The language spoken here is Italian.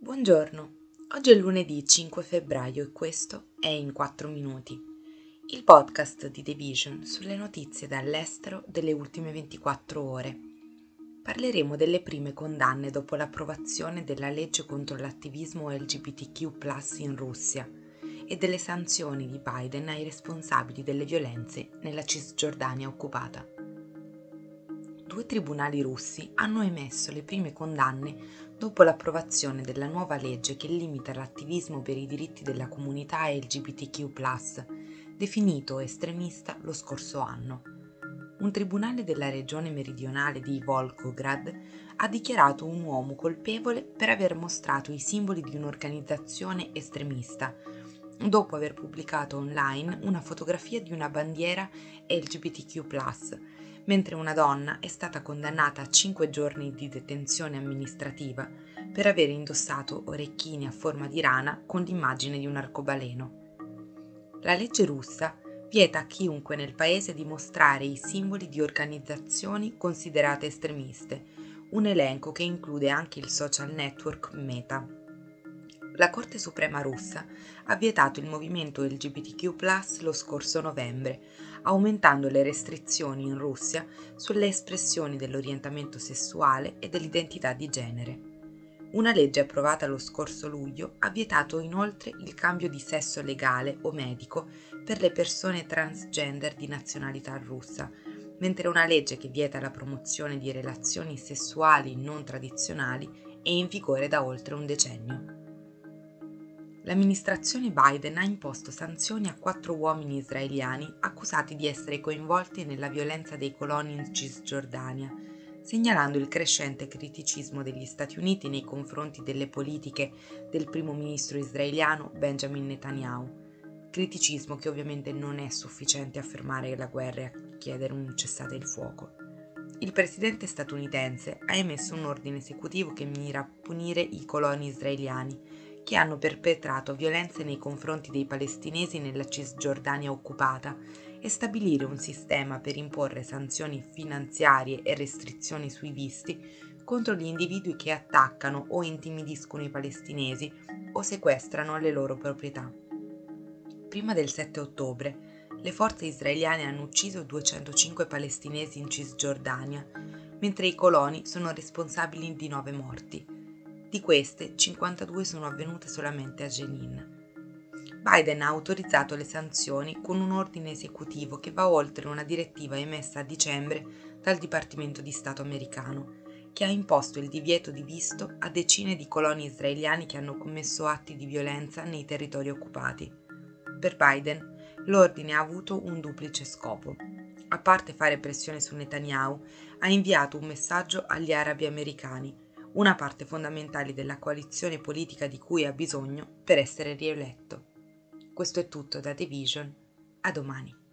Buongiorno, oggi è lunedì 5 febbraio e questo è In 4 Minuti, il podcast di The Vision sulle notizie dall'estero delle ultime 24 ore. Parleremo delle prime condanne dopo l'approvazione della legge contro l'attivismo LGBTQ+ in Russia e delle sanzioni di Biden ai responsabili delle violenze nella Cisgiordania occupata. Due tribunali russi hanno emesso le prime condanne dopo l'approvazione della nuova legge che limita l'attivismo per i diritti della comunità LGBTQ+, definito estremista lo scorso anno. Un tribunale della regione meridionale di Volgograd ha dichiarato un uomo colpevole per aver mostrato i simboli di un'organizzazione estremista, dopo aver pubblicato online una fotografia di una bandiera LGBTQ+, mentre una donna è stata condannata a 5 giorni di detenzione amministrativa per aver indossato orecchini a forma di rana con l'immagine di un arcobaleno. La legge russa vieta a chiunque nel paese di mostrare i simboli di organizzazioni considerate estremiste, un elenco che include anche il social network Meta. La Corte Suprema russa ha vietato il movimento LGBTQ+ lo scorso novembre, aumentando le restrizioni in Russia sulle espressioni dell'orientamento sessuale e dell'identità di genere. Una legge approvata lo scorso luglio ha vietato inoltre il cambio di sesso legale o medico per le persone transgender di nazionalità russa, mentre una legge che vieta la promozione di relazioni sessuali non tradizionali è in vigore da oltre un decennio. L'amministrazione Biden ha imposto sanzioni a 4 uomini israeliani accusati di essere coinvolti nella violenza dei coloni in Cisgiordania, segnalando il crescente criticismo degli Stati Uniti nei confronti delle politiche del primo ministro israeliano Benjamin Netanyahu. Criticismo che ovviamente non è sufficiente a fermare la guerra e a chiedere un cessate il fuoco. Il presidente statunitense ha emesso un ordine esecutivo che mira a punire i coloni israeliani che hanno perpetrato violenze nei confronti dei palestinesi nella Cisgiordania occupata e stabilire un sistema per imporre sanzioni finanziarie e restrizioni sui visti contro gli individui che attaccano o intimidiscono i palestinesi o sequestrano le loro proprietà. Prima del 7 ottobre, le forze israeliane hanno ucciso 205 palestinesi in Cisgiordania, mentre i coloni sono responsabili di 9 morti. Di queste, 52 sono avvenute solamente a Jenin. Biden ha autorizzato le sanzioni con un ordine esecutivo che va oltre una direttiva emessa a dicembre dal Dipartimento di Stato americano, che ha imposto il divieto di visto a decine di coloni israeliani che hanno commesso atti di violenza nei territori occupati. Per Biden, l'ordine ha avuto un duplice scopo. A parte fare pressione su Netanyahu, ha inviato un messaggio agli arabi americani, una parte fondamentale della coalizione politica di cui ha bisogno per essere rieletto. Questo è tutto da The Vision, a domani.